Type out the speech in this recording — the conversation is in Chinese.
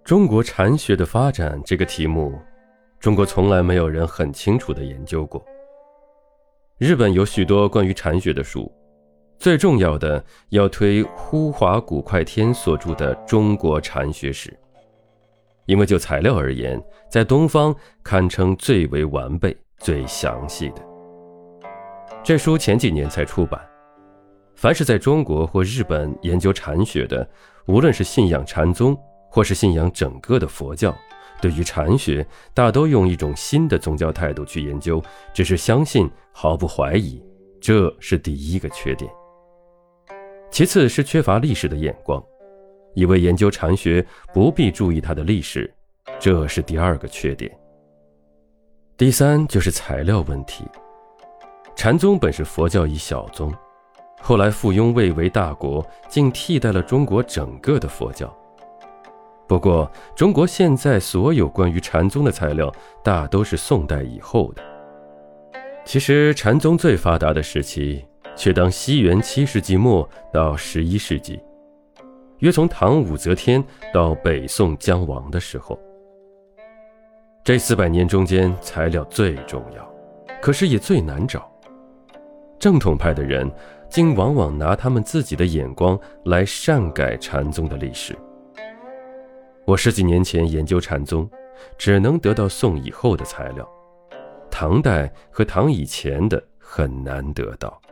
中国禅学的发展这个题目，中国从来没有人很清楚地研究过。日本有许多关于禅学的书，最重要的要推呼华古快天所著的《中国禅学史》，因为就材料而言，在东方堪称最为完备、最详细的。这书前几年才出版，凡是在中国或日本研究禅学的，无论是信仰禅宗或是信仰整个的佛教，对于禅学大都用一种新的宗教态度去研究，只是相信毫不怀疑，这是第一个缺点。其次是缺乏历史的眼光，以为研究禅学不必注意它的历史，这是第二个缺点。第三就是材料问题。禅宗本是佛教一小宗，后来附庸魏为大国，竟替代了中国整个的佛教。不过中国现在所有关于禅宗的材料大都是宋代以后的。其实禅宗最发达的时期却当西元7世纪末到11世纪，约从唐武则天到北宋将亡的时候。这400年中间，材料最重要，可是也最难找。正统派的人竟往往拿他们自己的眼光来擅改禅宗的历史。我10几年前研究禅宗，只能得到宋以后的材料，唐代和唐以前的很难得到。